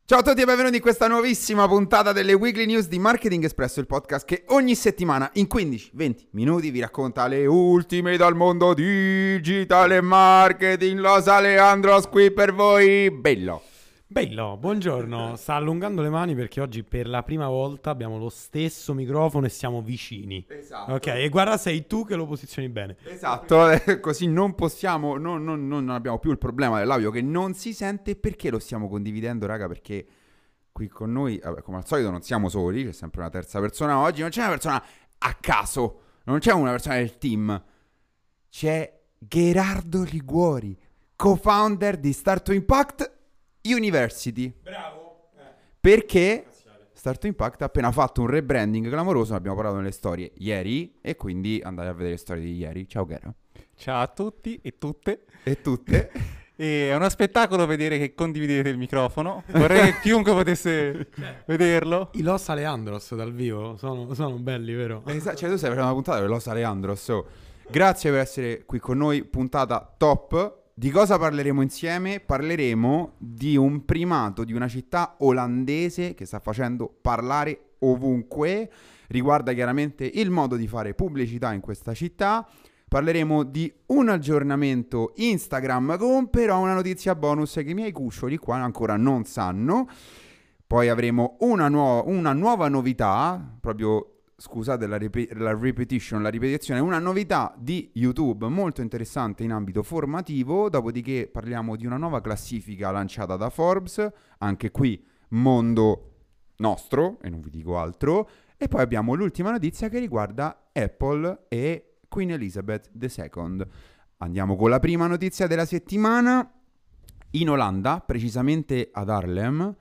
Ciao a tutti e benvenuti in questa nuovissima puntata delle Weekly News di Marketing Espresso, il podcast che ogni settimana in 15-20 minuti vi racconta le ultime dal mondo digitale marketing. Los Alejandros qui per voi, bello. Bello, buongiorno. Sta allungando le mani perché oggi per la prima volta abbiamo lo stesso microfono e siamo vicini. Esatto. Ok, e guarda, sei tu che lo posizioni bene. Esatto, così non possiamo, non abbiamo più il problema dell'audio che non si sente. Perché lo stiamo condividendo, raga? Perché qui con noi, come al solito, non siamo soli, c'è sempre una terza persona. Oggi non c'è una persona a caso, non c'è una persona del team. C'è Gerardo Liguori, co-founder di Start to Impact University. Bravo. Perché Start to Impact ha appena fatto un rebranding clamoroso, ne abbiamo parlato nelle storie ieri, e quindi andate a vedere le storie di ieri. Ciao Gero. Ciao a tutti e tutte. E tutte. E è uno spettacolo vedere che condividete il microfono. Vorrei che chiunque potesse vederlo. I Los Alejandros dal vivo sono belli, vero? Cioè tu stai facendo una puntata con Los Alejandros. Grazie per essere qui con noi, puntata top. Di cosa parleremo insieme? Parleremo di un primato di una città olandese che sta facendo parlare ovunque. Riguarda chiaramente il modo di fare pubblicità in questa città. Parleremo di un aggiornamento Instagram con però una notizia bonus che i miei cuccioli qua ancora non sanno. Poi avremo una nuova novità, proprio scusate la ripetizione, una novità di YouTube molto interessante in ambito formativo. Dopodiché parliamo di una nuova classifica lanciata da Forbes, anche qui mondo nostro e non vi dico altro. E poi abbiamo l'ultima notizia che riguarda Apple e Queen Elizabeth II. Andiamo con la prima notizia della settimana. In Olanda, precisamente ad Haarlem,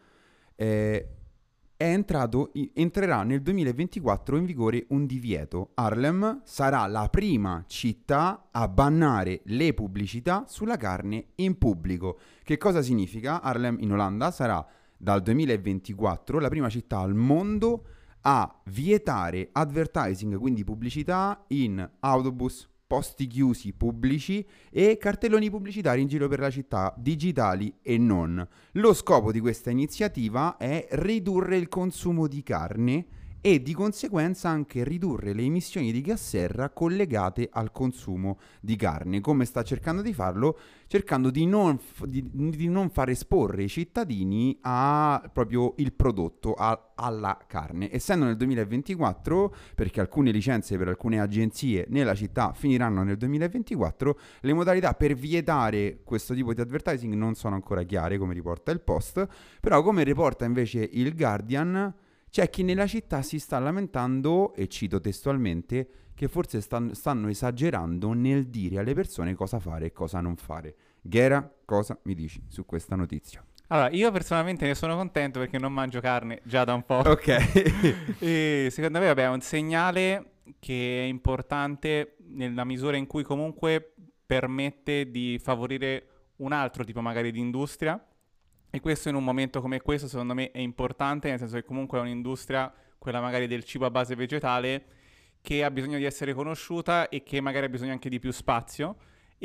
entrerà nel 2024 in vigore un divieto. Haarlem sarà la prima città a bannare le pubblicità sulla carne in pubblico. Che cosa significa? Haarlem in Olanda sarà dal 2024 la prima città al mondo a vietare advertising, quindi pubblicità, in autobus, posti chiusi pubblici e cartelloni pubblicitari in giro per la città, digitali e non. Lo scopo di questa iniziativa è ridurre il consumo di carne e di conseguenza anche ridurre le emissioni di gas serra collegate al consumo di carne. Come sta cercando di farlo? Cercando di non far esporre i cittadini a proprio il prodotto, alla carne. Essendo nel 2024, perché alcune licenze per alcune agenzie nella città finiranno nel 2024, le modalità per vietare questo tipo di advertising non sono ancora chiare, come riporta il Post, però come riporta invece il Guardian, c'è chi nella città si sta lamentando, e cito testualmente, che forse stanno esagerando nel dire alle persone cosa fare e cosa non fare. Ghera, cosa mi dici su questa notizia? Allora, io personalmente ne sono contento perché non mangio carne già da un po'. Ok. E secondo me, vabbè, è un segnale che è importante nella misura in cui comunque permette di favorire un altro tipo magari di industria. E questo in un momento come questo secondo me è importante, nel senso che comunque è un'industria, quella magari del cibo a base vegetale, che ha bisogno di essere conosciuta e che magari ha bisogno anche di più spazio.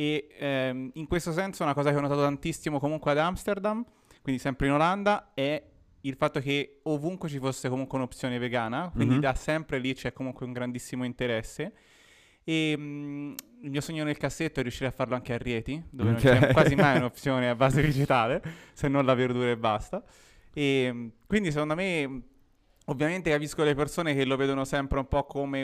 E in questo senso una cosa che ho notato tantissimo comunque ad Amsterdam, quindi sempre in Olanda, è il fatto che ovunque ci fosse comunque un'opzione vegana, quindi da sempre lì c'è comunque un grandissimo interesse. E il mio sogno nel cassetto è riuscire a farlo anche a Rieti, dove non c'è quasi mai un'opzione a base vegetale, se non la verdura e basta. E quindi secondo me, ovviamente capisco le persone che lo vedono sempre un po' come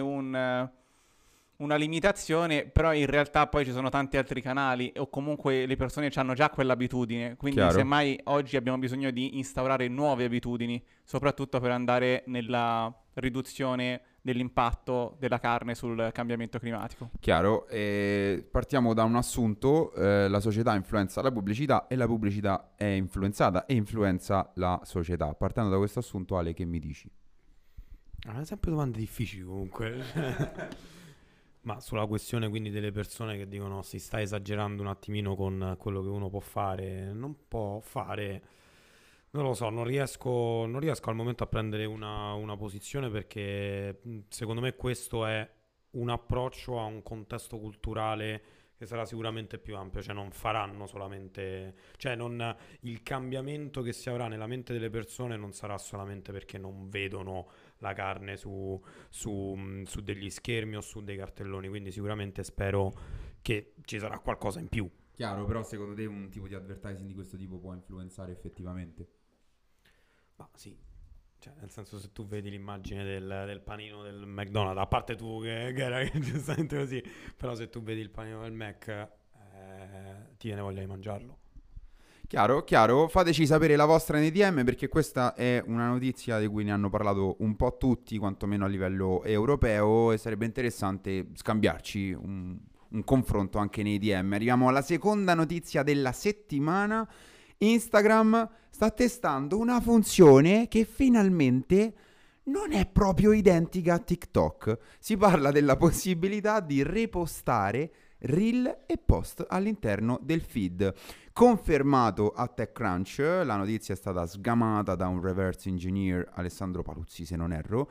una limitazione, però in realtà poi ci sono tanti altri canali o comunque le persone hanno già quell'abitudine, quindi Chiaro. semmai oggi abbiamo bisogno di instaurare nuove abitudini, soprattutto per andare nella riduzione dell'impatto della carne sul cambiamento climatico. Chiaro, partiamo da un assunto: la società influenza la pubblicità e la pubblicità è influenzata e influenza la società. Partendo da questo assunto, Ale, che mi dici? Sempre domande difficili comunque. Ma sulla questione quindi delle persone che dicono si sta esagerando un attimino con quello che uno può fare, non può fare, non lo so, non riesco al momento a prendere una posizione, perché secondo me questo è un approccio a un contesto culturale che sarà sicuramente più ampio, cioè non faranno solamente, cioè non, il cambiamento che si avrà nella mente delle persone non sarà solamente perché non vedono la carne su degli schermi o su dei cartelloni, quindi sicuramente spero che ci sarà qualcosa in più. Chiaro, però secondo te un tipo di advertising di questo tipo può influenzare effettivamente? Ma sì, cioè nel senso se tu vedi l'immagine del panino del McDonald's, a parte tu che era giustamente così, però se tu vedi il panino del Mac ti viene voglia di mangiarlo. Chiaro, chiaro, fateci sapere la vostra nei DM perché questa è una notizia di cui ne hanno parlato un po' tutti, quantomeno a livello europeo, e sarebbe interessante scambiarci un confronto anche nei DM. Arriviamo alla seconda notizia della settimana. Instagram sta testando una funzione che finalmente non è proprio identica a TikTok. Si parla della possibilità di repostare reel e post all'interno del feed. Confermato a TechCrunch, la notizia è stata sgamata da un reverse engineer, Alessandro Paluzzi se non erro.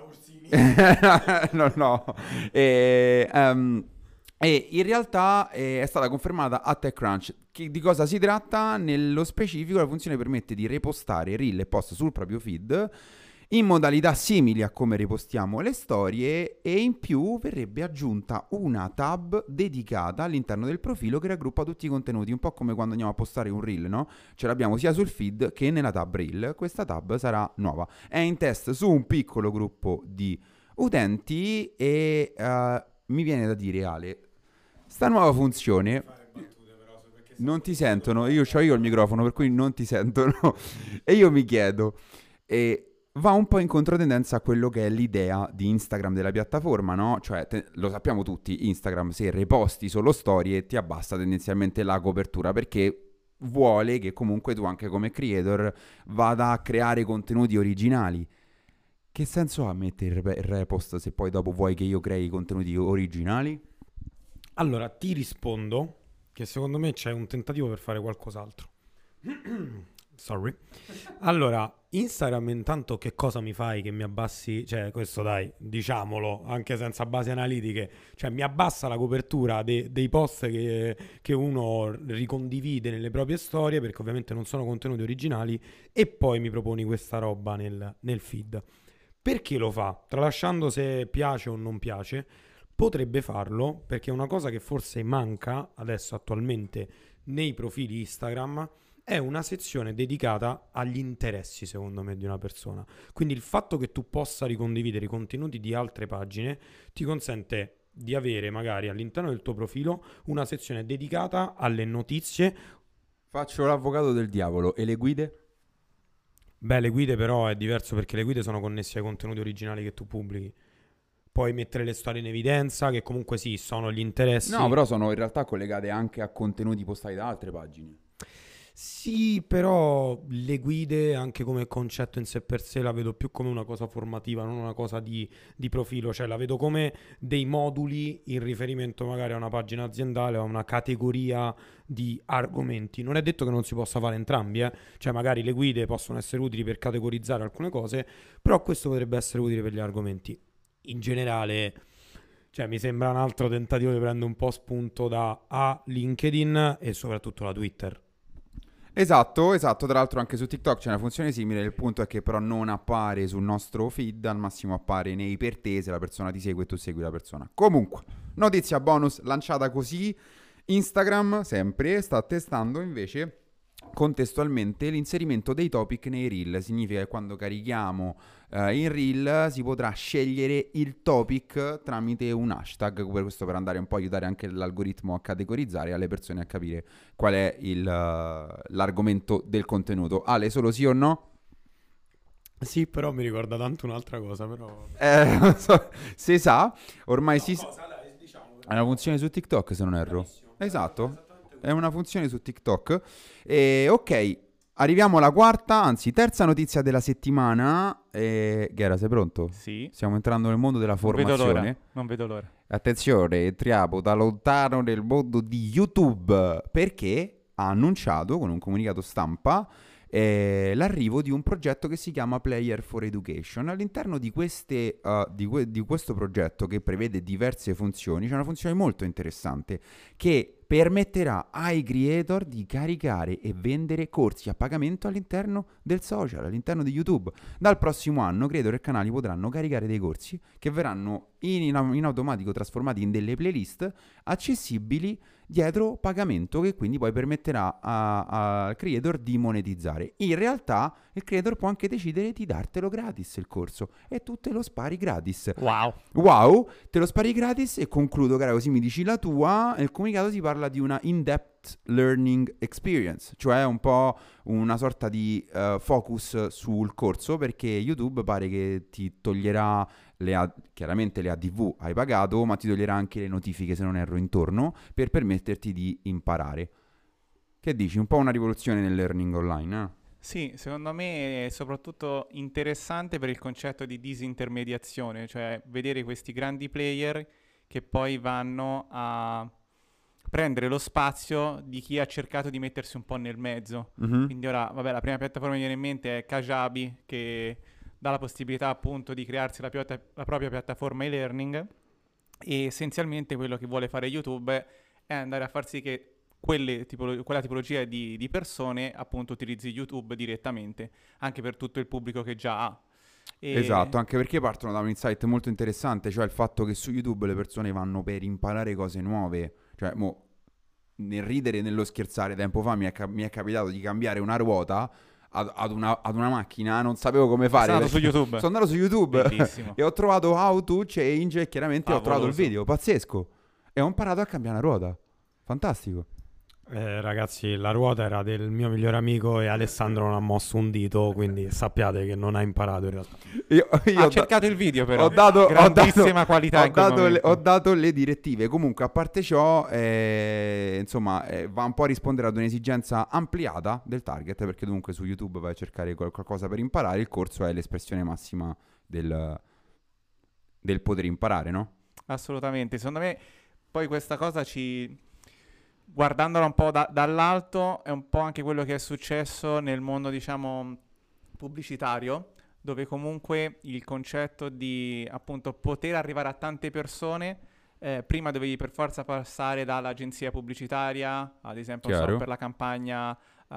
No. E in realtà è stata confermata a TechCrunch. Di cosa si tratta? Nello specifico la funzione permette di repostare reel e post sul proprio feed in modalità simili a come ripostiamo le storie, e in più verrebbe aggiunta una tab dedicata all'interno del profilo che raggruppa tutti i contenuti, un po' come quando andiamo a postare un reel, no? Ce l'abbiamo sia sul feed che nella tab reel. Questa tab sarà nuova. È in test su un piccolo gruppo di utenti e mi viene da dire, Ale, sta nuova funzione non ti sentono, io il microfono per cui non ti sentono e io mi chiedo, va un po' in controtendenza a quello che è l'idea di Instagram della piattaforma, no? Cioè, lo sappiamo tutti, Instagram se reposti solo storie ti abbassa tendenzialmente la copertura perché vuole che comunque tu anche come creator vada a creare contenuti originali. Che senso ha mettere il repost se poi dopo vuoi che io crei contenuti originali? Allora, ti rispondo che secondo me c'è un tentativo per fare qualcos'altro. Sorry. Allora, Instagram intanto che cosa mi fai che mi abbassi, cioè questo dai, diciamolo, anche senza basi analitiche, cioè mi abbassa la copertura dei post che uno ricondivide nelle proprie storie, perché ovviamente non sono contenuti originali, e poi mi proponi questa roba nel feed. Perché lo fa? Tralasciando se piace o non piace, potrebbe farlo perché una cosa che forse manca adesso attualmente nei profili Instagram è una sezione dedicata agli interessi, secondo me, di una persona. Quindi il fatto che tu possa ricondividere i contenuti di altre pagine ti consente di avere magari all'interno del tuo profilo una sezione dedicata alle notizie. Faccio l'avvocato del diavolo. E le guide? Beh, le guide però è diverso perché le guide sono connesse ai contenuti originali che tu pubblichi. Puoi mettere le storie in evidenza, che comunque sì, sono gli interessi. No, però sono in realtà collegate anche a contenuti postati da altre pagine. Sì, però le guide, anche come concetto in sé per sé, la vedo più come una cosa formativa, non una cosa di profilo. Cioè la vedo come dei moduli in riferimento magari a una pagina aziendale o a una categoria di argomenti. Non è detto che non si possa fare entrambi, eh. Cioè magari le guide possono essere utili per categorizzare alcune cose, però questo potrebbe essere utile per gli argomenti. In generale, cioè mi sembra un altro tentativo di prendere un po' spunto da LinkedIn e soprattutto da Twitter. Esatto, tra l'altro anche su TikTok c'è una funzione simile, il punto è che però non appare sul nostro feed, al massimo appare nei per te se la persona ti segue e tu segui la persona. Comunque, notizia bonus lanciata così, Instagram sempre sta testando invece contestualmente l'inserimento dei topic nei reel. Significa che quando carichiamo in reel si potrà scegliere il topic tramite un hashtag, per questo per andare un po' a aiutare anche l'algoritmo a categorizzare, alle persone a capire qual è l'argomento del contenuto. Ale, solo sì o no? Sì, però mi ricorda tanto un'altra cosa, però... Non so, si sa, ormai No, si... cosa, dai, diciamo, È una funzione su TikTok se non erro. bravissimo. Esatto. È una funzione su TikTok. E, ok, arriviamo alla quarta, anzi terza notizia della settimana. Ghera, sei pronto? Sì. Stiamo entrando nel mondo della formazione. Non vedo l'ora. Attenzione, entriamo da lontano nel mondo di YouTube, perché ha annunciato con un comunicato stampa l'arrivo di un progetto che si chiama Player for Education. All'interno di questo progetto, che prevede diverse funzioni, c'è una funzione molto interessante che permetterà ai creator di caricare e vendere corsi a pagamento all'interno del social, all'interno di YouTube. Dal prossimo anno creator e canali potranno caricare dei corsi che verranno in automatico trasformati in delle playlist accessibili dietro pagamento, che quindi poi permetterà al creator di monetizzare. In realtà il creator può anche decidere di dartelo gratis il corso, e tu te lo spari gratis. Wow, te lo spari gratis. E concludo, cara, così mi dici la tua. Nel comunicato si parla di una in-depth learning experience, cioè un po' una sorta di focus sul corso, perché YouTube pare che ti toglierà chiaramente le ADV hai pagato, ma ti toglierà anche le notifiche, se non erro, intorno, per permetterti di imparare. Che dici? Un po' una rivoluzione nel learning online, eh? Sì, secondo me è soprattutto interessante per il concetto di disintermediazione, cioè vedere questi grandi player che poi vanno a prendere lo spazio di chi ha cercato di mettersi un po' nel mezzo. Mhm. Quindi ora, vabbè, la prima piattaforma che mi viene in mente è Kajabi, che dà la possibilità appunto di crearsi la propria piattaforma e-learning, e essenzialmente quello che vuole fare YouTube è andare a far sì che quella tipologia di persone appunto utilizzi YouTube direttamente, anche per tutto il pubblico che già ha. Esatto, anche perché partono da un insight molto interessante, cioè il fatto che su YouTube le persone vanno per imparare cose nuove. Cioè, nel ridere e nello scherzare, tempo fa mi è capitato di cambiare una ruota ad una macchina, non sapevo come fare. Sono andato su YouTube. Sono andato su YouTube Bellissimo. e ho trovato how to change, e chiaramente ho trovato il Favoloso. video, pazzesco. E ho imparato a cambiare una ruota. Fantastico. Ragazzi, la ruota era del mio migliore amico e Alessandro non ha mosso un dito, quindi sappiate che non ha imparato in realtà. Io Ha cercato il video però. grandissima qualità in quel momento. ho dato le direttive. Comunque, a parte ciò, insomma, va un po' a rispondere ad un'esigenza ampliata del target, perché dunque su YouTube vai a cercare qualcosa per imparare. Il corso è l'espressione massima del poter imparare, no? Assolutamente. Secondo me poi questa cosa guardandola un po' dall'alto, è un po' anche quello che è successo nel mondo, diciamo, pubblicitario, dove comunque il concetto di appunto poter arrivare a tante persone, prima dovevi per forza passare dall'agenzia pubblicitaria, ad esempio non so, Chiaro. per la campagna,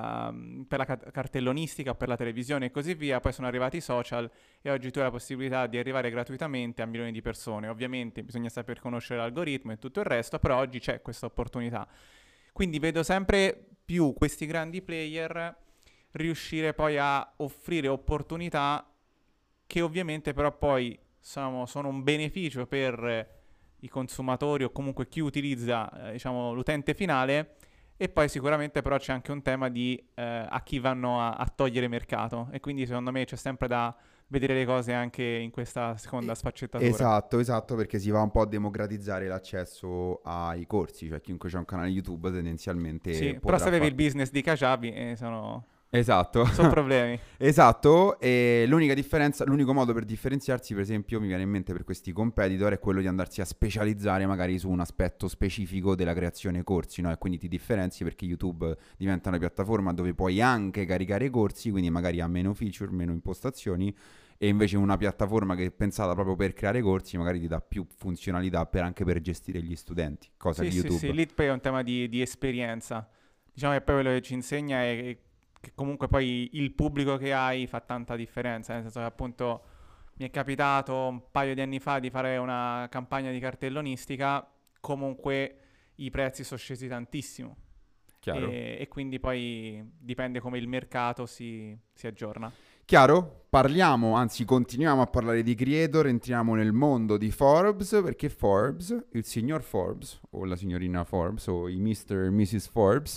per la cartellonistica, per la televisione e così via. Poi sono arrivati i social e oggi tu hai la possibilità di arrivare gratuitamente a milioni di persone. Ovviamente bisogna saper conoscere l'algoritmo e tutto il resto, però oggi c'è questa opportunità. Quindi vedo sempre più questi grandi player riuscire poi a offrire opportunità che ovviamente però poi sono un beneficio per i consumatori o comunque chi utilizza diciamo, l'utente finale, e poi sicuramente però c'è anche un tema di a chi vanno a togliere mercato, e quindi secondo me c'è sempre da vedere le cose anche in questa seconda sfaccettatura. Esatto, perché si va un po' a democratizzare l'accesso ai corsi, cioè chiunque c'ha un canale YouTube tendenzialmente Sì, potrà però se avevi fare. il business di Kajabi sono Esatto. problemi. Esatto, e l'unico modo per differenziarsi, per esempio, mi viene in mente per questi competitor, è quello di andarsi a specializzare magari su un aspetto specifico della creazione corsi, no? E quindi ti differenzi perché YouTube diventa una piattaforma dove puoi anche caricare corsi, quindi magari ha meno feature, meno impostazioni, e invece una piattaforma che è pensata proprio per creare corsi magari ti dà più funzionalità anche per gestire gli studenti, cosa Sì, di sì, YouTube. sì, lì poi è un tema di esperienza. Diciamo che poi quello che ci insegna è che comunque poi il pubblico che hai fa tanta differenza, nel senso che appunto mi è capitato un paio di anni fa di fare una campagna di cartellonistica, comunque i prezzi sono scesi tantissimo. Chiaro? E quindi poi dipende come il mercato si aggiorna. Chiaro? Continuiamo a parlare di creator, entriamo nel mondo di Forbes, perché Forbes, il signor Forbes, o la signorina Forbes, o i Mr. e Mrs. Forbes,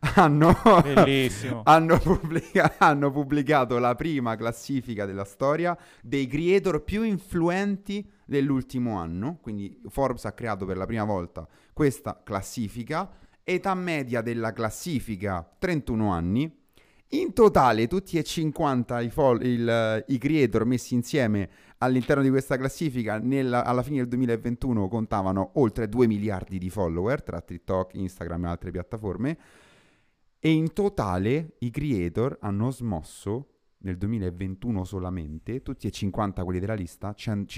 Bellissimo. hanno pubblicato la prima classifica della storia dei creator più influenti dell'ultimo anno. Quindi Forbes ha creato per la prima volta questa classifica. Età media della classifica 31 anni. In totale tutti e 50 i creator messi insieme all'interno di questa classifica alla fine del 2021 contavano oltre 2 miliardi di follower tra TikTok, Instagram e altre piattaforme. E in totale i creator hanno smosso nel 2021 solamente, tutti e 50 quelli della lista,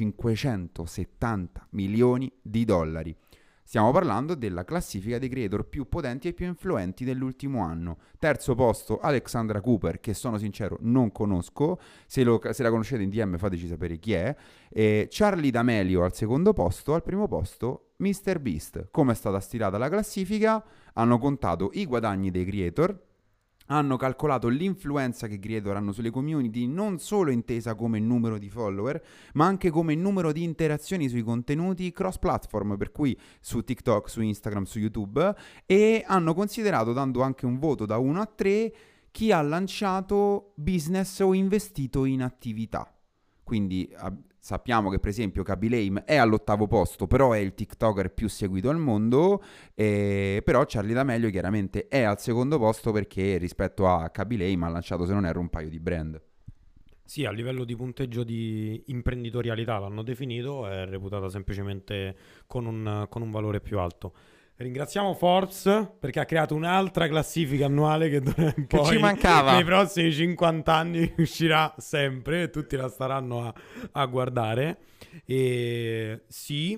570 milioni di dollari. Stiamo parlando della classifica dei creator più potenti e più influenti dell'ultimo anno. Terzo posto Alexandra Cooper, che sono sincero non conosco, se la conoscete in DM fateci sapere chi è. Charli D'Amelio al secondo posto, al primo posto MrBeast. Come è stata stilata la classifica? Hanno contato i guadagni dei creator, hanno calcolato l'influenza che i creator hanno sulle community, non solo intesa come numero di follower, ma anche come numero di interazioni sui contenuti cross-platform, per cui su TikTok, su Instagram, su YouTube, e hanno considerato, dando anche un voto da 1 a 3, chi ha lanciato business o investito in attività. Quindi sappiamo che per esempio Khaby Lame è all'8° posto, però è il TikToker più seguito al mondo, però Charli D'Amelio chiaramente è al secondo posto perché rispetto a Khaby Lame ha lanciato, se non erro, un paio di brand. Sì, a livello di punteggio di imprenditorialità l'hanno definito, è reputata semplicemente con un valore più alto. Ringraziamo Forbes perché ha creato un'altra classifica annuale che poi ci mancava. Nei prossimi 50 anni uscirà sempre e tutti la staranno a guardare. E sì,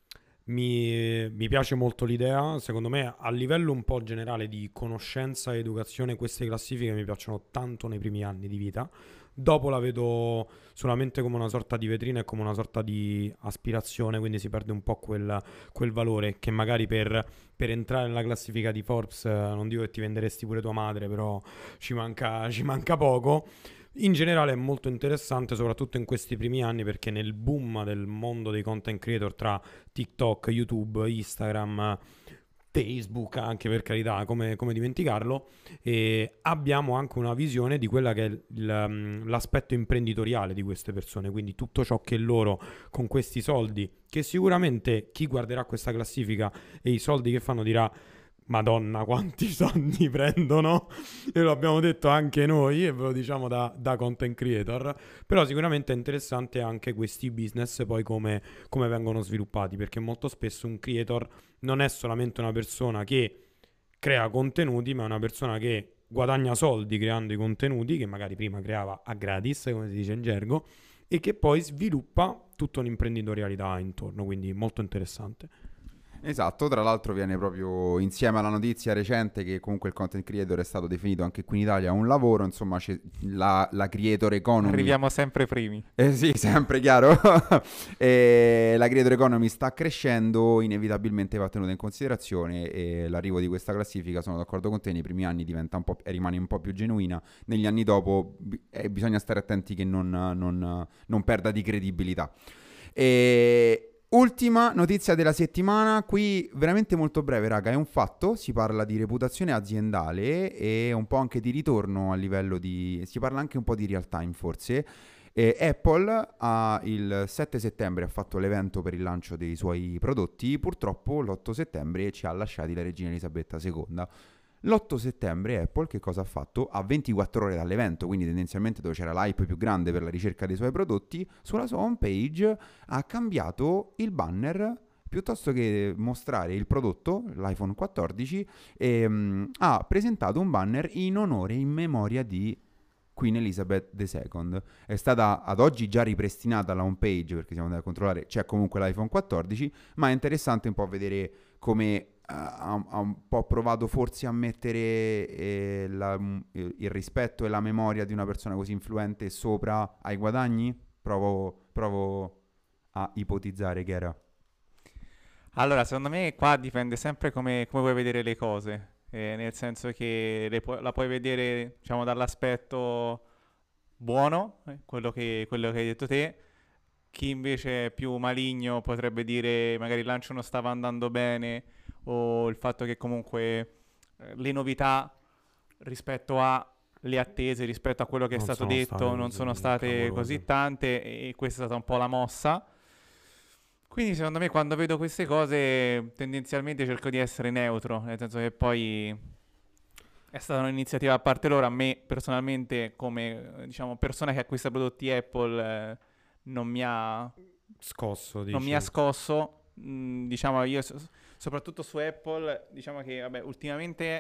mi piace molto l'idea. Secondo me, a livello un po' generale di conoscenza e educazione, queste classifiche mi piacciono tanto nei primi anni di vita. Dopo la vedo solamente come una sorta di vetrina e come una sorta di aspirazione, quindi si perde un po' quel valore che magari per entrare nella classifica di Forbes, non dico che ti venderesti pure tua madre, però ci manca poco. In generale è molto interessante, soprattutto in questi primi anni, perché nel boom del mondo dei content creator tra TikTok, YouTube, Instagram, Facebook, anche per carità, come dimenticarlo, e abbiamo anche una visione di quella che è l'aspetto imprenditoriale di queste persone, quindi tutto ciò che loro con questi soldi, che sicuramente chi guarderà questa classifica e i soldi che fanno dirà Madonna quanti soldi prendono, e lo abbiamo detto anche noi e ve lo diciamo da content creator, però sicuramente è interessante anche questi business poi come vengono sviluppati, perché molto spesso un creator non è solamente una persona che crea contenuti, ma è una persona che guadagna soldi creando i contenuti che magari prima creava a gratis, come si dice in gergo, e che poi sviluppa tutta un'imprenditorialità intorno, quindi molto interessante. Esatto, tra l'altro viene proprio insieme alla notizia recente che comunque il content creator è stato definito anche qui in Italia un lavoro, insomma c'è la creator economy. Arriviamo sempre primi. Sì, sempre chiaro. La creator economy sta crescendo, inevitabilmente va tenuta in considerazione, e l'arrivo di questa classifica, sono d'accordo con te, nei primi anni diventa rimane un po' più genuina, negli anni dopo bisogna stare attenti che non perda di credibilità. Ultima notizia della settimana, qui veramente molto breve raga, è un fatto, si parla di reputazione aziendale e un po' anche di ritorno a livello di... si parla anche un po' di real time forse. Apple il 7 settembre ha fatto l'evento per il lancio dei suoi prodotti, purtroppo l'8 settembre ci ha lasciati la regina Elisabetta II. L'8 settembre Apple che cosa ha fatto? A 24 ore dall'evento, quindi tendenzialmente dove c'era l'hype più grande per la ricerca dei suoi prodotti, sulla sua homepage ha cambiato il banner. Piuttosto che mostrare il prodotto, l'iPhone 14, ha presentato un banner in onore e in memoria di Queen Elizabeth II. È stata ad oggi già ripristinata la homepage, perché siamo andati a controllare, c'è comunque l'iPhone 14, ma è interessante un po' vedere come ha un po' provato forse a mettere il rispetto e la memoria di una persona così influente sopra ai guadagni. Provo a ipotizzare che era. Allora, secondo me qua dipende sempre come vuoi vedere le cose, nel senso che la puoi vedere, diciamo, dall'aspetto buono, quello che hai detto te. Chi invece è più maligno potrebbe dire magari il lancio non stava andando bene, o il fatto che comunque le novità rispetto alle attese, rispetto a quello che è stato detto, non sono state così tante, e questa è stata un po' la mossa. Quindi secondo me quando vedo queste cose tendenzialmente cerco di essere neutro, nel senso che poi è stata un'iniziativa a parte loro. A me personalmente, come diciamo persona che acquista prodotti Apple, non mi ha scosso, non mi ha scosso. Diciamo io soprattutto su Apple, diciamo che vabbè, ultimamente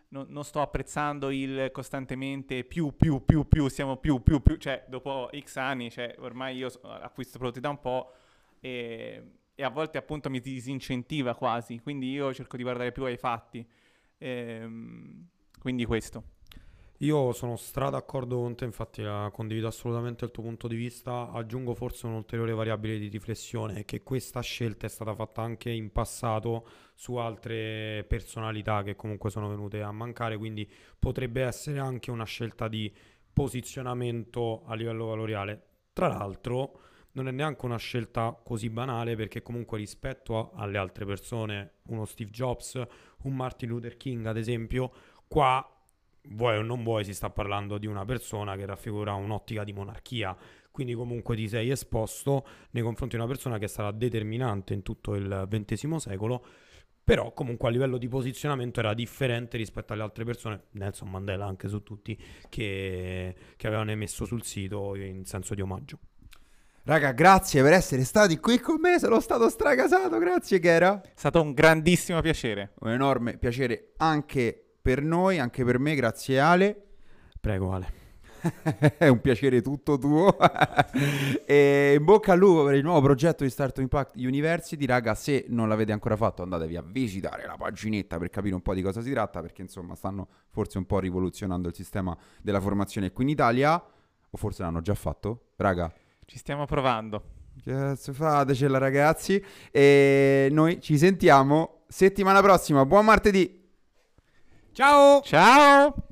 non sto apprezzando il costantemente siamo più, cioè dopo X anni, cioè ormai io acquisto prodotti da un po' e a volte appunto mi disincentiva quasi, quindi io cerco di guardare più ai fatti. Quindi questo. Io sono d'accordo con te, infatti condivido assolutamente il tuo punto di vista. Aggiungo forse un'ulteriore variabile di riflessione, che questa scelta è stata fatta anche in passato su altre personalità che comunque sono venute a mancare, quindi potrebbe essere anche una scelta di posizionamento a livello valoriale. Tra l'altro non è neanche una scelta così banale, perché comunque rispetto alle altre persone, uno Steve Jobs, un Martin Luther King ad esempio, qua vuoi o non vuoi si sta parlando di una persona che raffigura un'ottica di monarchia, quindi comunque ti sei esposto nei confronti di una persona che è stata determinante in tutto il XX secolo, però comunque a livello di posizionamento era differente rispetto alle altre persone, Nelson Mandela anche su tutti, che avevano emesso sul sito in senso di omaggio. Raga, grazie per essere stati qui con me, sono stato stragasato, grazie Chiara. È stato un grandissimo piacere. Un enorme piacere anche per noi, anche per me, grazie Ale. Prego Ale. È un piacere tutto tuo. E in bocca al lupo per il nuovo progetto di Startup Impact University. Raga, se non l'avete ancora fatto, andatevi a visitare la paginetta per capire un po' di cosa si tratta, perché insomma stanno forse un po' rivoluzionando il sistema della formazione qui in Italia, o forse l'hanno già fatto, raga. Ci stiamo provando. Cazzo, fatecela ragazzi. E noi ci sentiamo settimana prossima. Buon martedì. Ciao! Ciao!